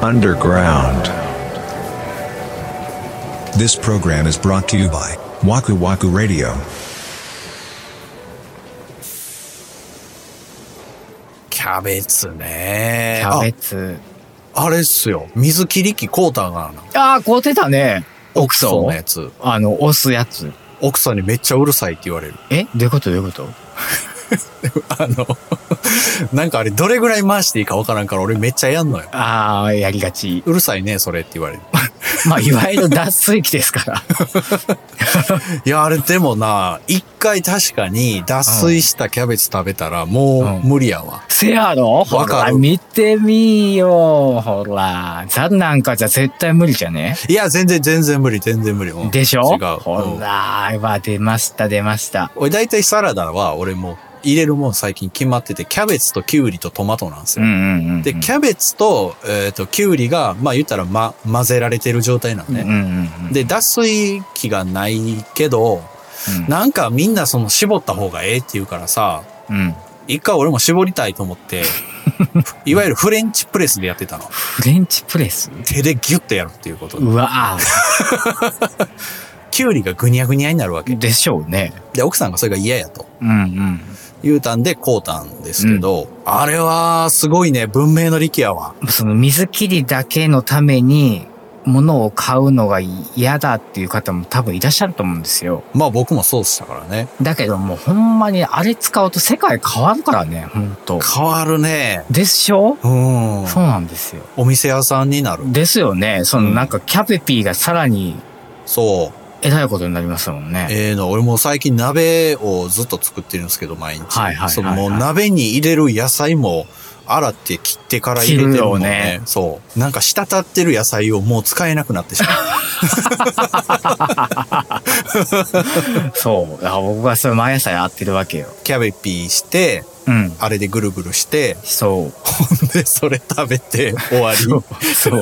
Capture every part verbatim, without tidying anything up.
underground. This program is brought to you by Waku Waku Radio. キャベツね。 キャベツ。 あ、あれっすよ。水切り器買うたがな。 ああ、買うてたね。 奥さんのやつ。 あの、押すやつ。 奥さんにめっちゃうるさいって言われる。 え？どういうことどういうことあの、なんかあれどれぐらい回していいかわからんから俺めっちゃやんのよ。 ああ、やりがち。 うるさいね、それって言われる。 まあ、いわゆる脱水機ですから。 いや、あれでもな、一回確かに脱水したキャベツ食べたらもう無理やわ。 うん、せやろ？ほら、見てみよ。ほら。ザなんかじゃ絶対無理じゃね？ いや、全然全然無理、全然無理。うん、 でしょ？ 違う。 ほら、うん、わ、出ました、出ました。 俺大体サラダは俺もう入れるもん最近決まってて、キャベツとキュウリとトマトなんですよ。 うんうんうんうん、 で、キャベツと、えっと、キュウリが、まあ言ったら、ま、混ぜられてる状態なんね。 うんうんうん、で、 脱水機がないけど、うん、なんかみんなその絞った方がええって言うからさ、うん、一回俺も絞りたいと思って、いわゆるフレンチプレスでやってたの。 フレンチプレス？ 手でギュッてやるっていうことで。 うわぁ。キュウリがぐにゃぐにゃになるわけ。 でしょうね。 で、奥さんがそれが嫌やと。 うんうん。 言うたんで買うたんですけど、うん、あれはすごいね、文明の利器やわ。 その水切りだけのために物を買うのが嫌だっていう方も多分いらっしゃると思うんですよ。 まあ僕もそうしたからね。 だけどもうほんまにあれ使うと世界変わるからね、ほんと。 変わるね。 でしょ？ うん。 そうなんですよ。 お店屋さんになる。 ですよね。そのなんかキャベピーがさらに。 そう。 えらいことになりますもんね。 ええの、俺も最近鍋をずっと作ってるんですけど、毎日。 はいはいはい、はい。 そのもう鍋に入れる野菜も洗って切ってから入れてるもんね。ねそう。なんか滴ってる野菜をもう使えなくなってしまう。そう。僕はそれ毎朝やってるわけよ。 キャベピーして、うん、あれでぐるぐるして、 そう。 ほんで、それ食べて終わり。そう。そう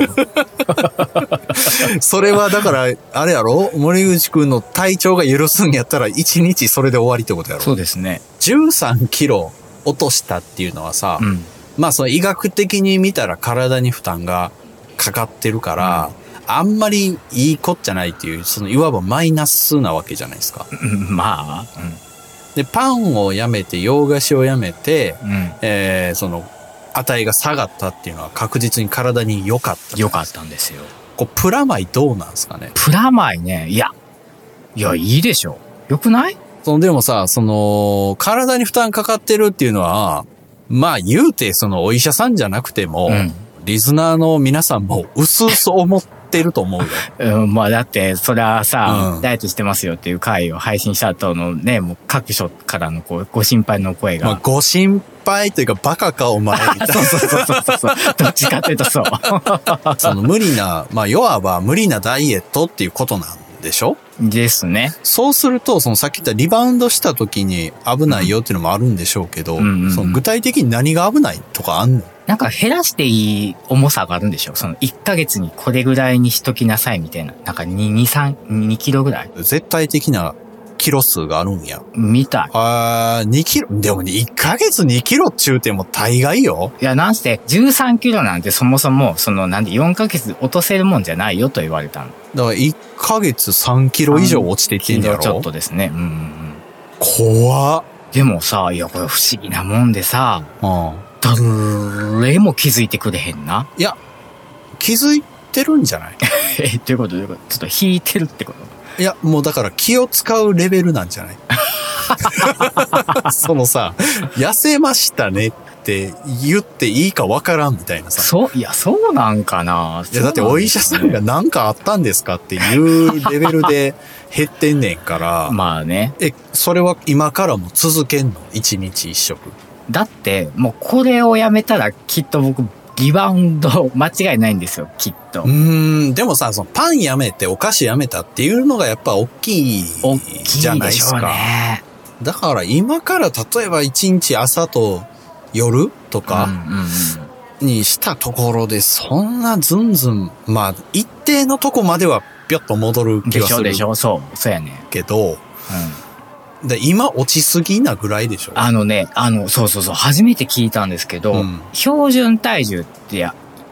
それはだから、あれやろ？森口くんの体調が許すんやったら、一日それで終わりってことやろ？ そうですね。 じゅうさんキロ落としたっていうのはさ、うん、まあその医学的に見たら体に負担がかかってるから、うん、あんまりいいこっちゃないっていう、そのいわばマイナスなわけじゃないですか。 うん、まあ、うん。 で、パンをやめて、洋菓子をやめて、うん、えー、その、値が下がったっていうのは確実に体に良かった。 良かったんですよ。 こう、プラマイどうなんですかね？ プラマイね。いや、いや、いいでしょ。良くない？ その、でもさ、その、体に負担かかってるっていうのは、まあ言うて、その、お医者さんじゃなくても、うん、リスナーの皆さんも、うすうす思ってると思うよ。 うん、まあだって、それはさ、うん、ダイエットしてますよっていう回を配信した後のね、もう各所からのこうご心配の声が。 まあ、ご心配というか、バカかお前みたいな。 そうそうそうそうそう。どっちかというとそう。 その無理な、まあ、要は無理なダイエットっていうことなんでしょ？ ですね。 そうすると、そのさっき言ったリバウンドした時に危ないよっていうのもあるんでしょうけど、うんうんうん、その具体的に何が危ないとかあんの？ なんか減らしていい重さがあるんでしょ？そのいっかげつにこれぐらいにしときなさいみたいな。なんかに、に、さん、にキロぐらい？ 絶対的なキロ数があるんや。 みたい。 あー、にキロ。でもね、いっかげつにキロっちゅうても大概よ。 いや、なんしてじゅうさんキロなんてそもそも、そのなんでよんかげつ落とせるもんじゃないよと言われたの。 だからいっかげつさんキロ以上落ちていってんだろ。 ちょっとですね。うんうんうん。 怖っ。 でもさ、いや、これ不思議なもんでさ、うん。誰も気づいてくれへんな。 いや、気づいてるんじゃない？ え、どういうことどういうこと？ちょっと引いてるってこと？ いや、もうだから気を使うレベルなんじゃない？そのさ、痩せましたねって言っていいかわからんみたいなさ。 そう、いや、そうなんかな。 いや、だってお医者さんが何かあったんですかっていうレベルで減ってんねんから。 まあね。 え、それは今からも続けんの？一日一食。 だって、もうこれをやめたらきっと僕、リバウンド間違いないんですよ、きっと。 うーん、でもさ、そのパンやめてお菓子やめたっていうのがやっぱ大きいじゃないですか。 ね、 だから今から例えば一日朝と夜とかにしたところでそんなずんずん、まあ一定のとこまではぴょっと戻る気がする。 でしょでしょ、そう、そうやね。 けど、うんで今落ちすぎなぐらいでしょ？ あのね、あの、そうそうそう、初めて聞いたんですけど、うん、標準体重ってや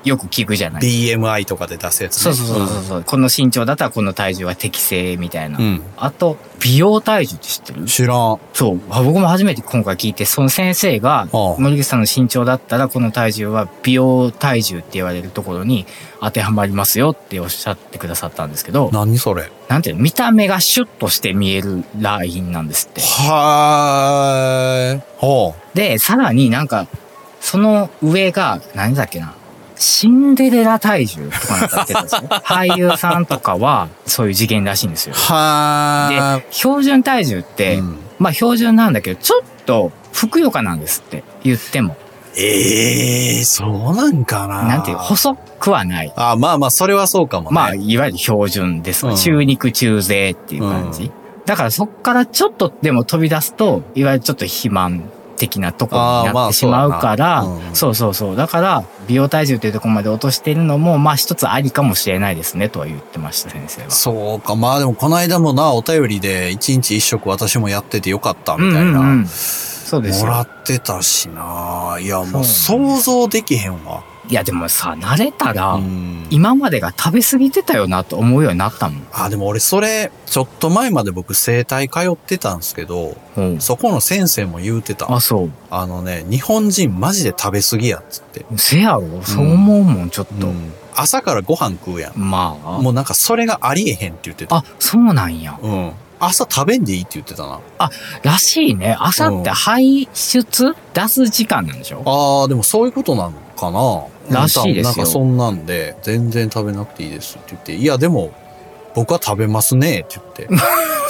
よく聞くじゃない。 ビーエムアイ とかで出すやつね。 そうそうそうそう、うん、この身長だったらこの体重は適正みたいな。 うん、 あと、美容体重って知ってる？ 知らん。 そう。僕も初めて今回聞いて、その先生が、森口さんの身長だったらこの体重は美容体重って言われるところに当てはまりますよっておっしゃってくださったんですけど。 何それ？ なんていうの？見た目がシュッとして見えるラインなんですって。 はーい。ほう。で、さらになんか、その上が、何だっけな。シンデレラ体重とかなんか言ってたんですよ。俳優さんとかはそういう次元らしいんですよ。 はで、標準体重って、うん、まあ標準なんだけど、ちょっとふくよかなんですって言っても。 ええー、そうなんかな。 なんていう、細くはない。 あ、まあまあ、それはそうかもね。 まあ、いわゆる標準です、うん。中肉中背っていう感じ。うん、だからそっからちょっとでも飛び出すと、いわゆるちょっと肥満的なところになってしまうから、まあ そううん、そうそうそう。だから、美容体重というところまで落としているのも、まあ一つありかもしれないですね、とは言ってました、先生は。 そうか。まあでも、この間もな、お便りで一日一食私もやっててよかった、みたいな。うんうんうん、そうですよ。もらってたしな。いや、もう想像できへんわ。 いやでもさ、慣れたら、今までが食べ過ぎてたよなと思うようになったもん。 あ、でも俺それ、ちょっと前まで僕整体通ってたんですけど、うん、そこの先生も言うてた。 あ、そう。 あのね、日本人マジで食べ過ぎやっつって。 せやろ？そう思うもん、ちょっと、うん。 朝からご飯食うやん。 まあ。 もうなんかそれがありえへんって言ってた。 あ、そうなんや。 うん。朝食べんでいいって言ってたな。 あ、らしいね。朝って排出、うん、出す時間なんでしょ？ ああ、でもそういうことなのかな。 らしいですよ。 なんかそんなんで、全然食べなくていいですって言って、いやでも、僕は食べますねって言って。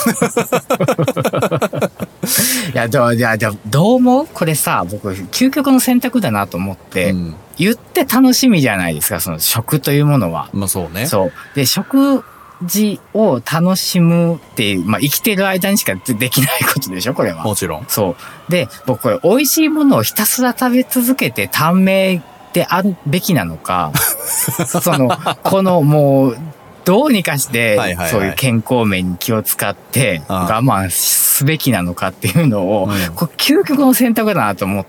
いや、どう、いや、どう思う？これさ、僕、究極の選択だなと思って、うん、言って楽しみじゃないですか、その食というものは。 まあそうね。 そう。で、食、事を楽しむっていう、まあ、生きてる間にしかできないことでしょこれは。 もちろん。 そう。で、僕これ、美味しいものをひたすら食べ続けて短命であるべきなのか、その、このもう、どうにかして、そういう健康面に気を使って我慢すべきなのかっていうのを、これ究極の選択だなと思って。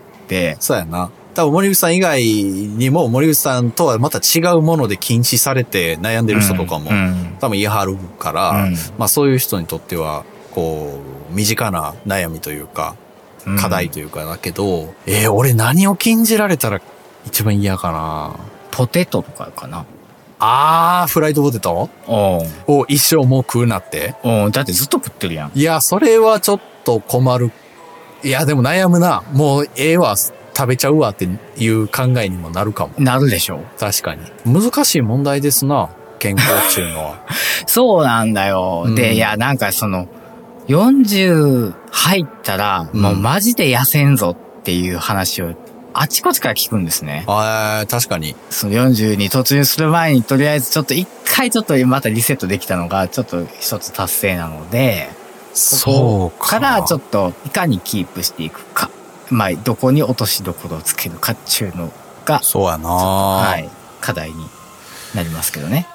そうやな。多分森口さん以外にも森口さんとはまた違うもので禁止されて悩んでる人とかも、うん、多分言い張るから、うん、まあそういう人にとってはこう身近な悩みというか課題というかだけど、うん、えー、俺何を禁じられたら一番嫌かな。 ポテトとかかな。 あー、フライドポテトを一生もう食うなって。 うん、だってずっと食ってるやん。 いや、それはちょっと困る。いや、でも悩むな。もうええわ。食べちゃうわっていう考えにもなるかも。 なるでしょう。 確かに。難しい問題ですな。健康っていうのは。 そうなんだよ。うん、で、いや、なんかその、よんじゅう入ったら、もうマジで痩せんぞっていう話を、あちこちから聞くんですね。 ああ、確かに。 そのよんじゅうに突入する前に、とりあえずちょっと一回ちょっとまたリセットできたのが、ちょっと一つ達成なので、 そうか。 からちょっと、いかにキープしていくか。まあ、どこに落としどころをつけるかっていうのが、 そうやな、 はい、課題になりますけどね。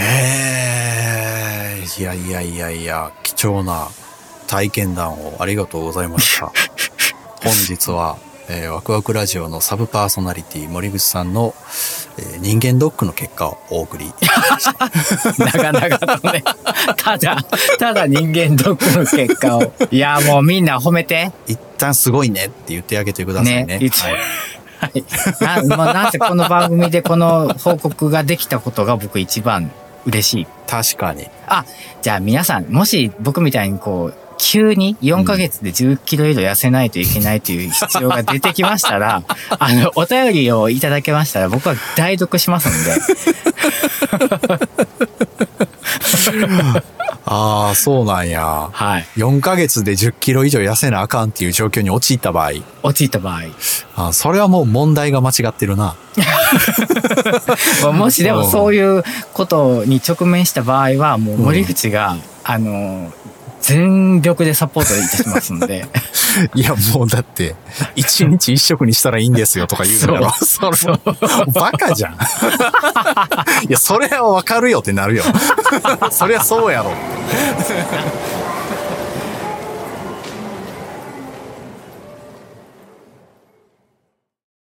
へえ、いやいやいやいや、貴重な体験談をありがとうございました。本日は、えー、ワクワクラジオのサブパーソナリティ森口さんの、えー、人間ドックの結果をお送り長々とね、ただただ人間ドックの結果を、いやもうみんな褒めて、 一旦すごいねって言ってあげてくださいね。ね、 はい、はい、な, まあ、なぜこの番組でこの報告ができたことが僕一番嬉しい。 確かに。 あ、じゃあ皆さん、もし僕みたいにこう急によんかげつでじゅっキロ以上痩せないといけないという必要が出てきましたら、あの、お便りをいただけましたら僕は代読しますので。 ああ、そうなんや。 はい。 よんかげつでじゅっキロ以上痩せなあかんっていう状況に陥った場合。 陥った場合。 あ、それはもう問題が間違ってるな。 もしでもそういうことに直面した場合は、もう森口が、うん、あの、全力でサポートいたしますので。 いや、もうだって、一日一食にしたらいいんですよとか言うのよ。そう。そう。バカじゃん。いや、それはわかるよってなるよ。そりゃそうやろ。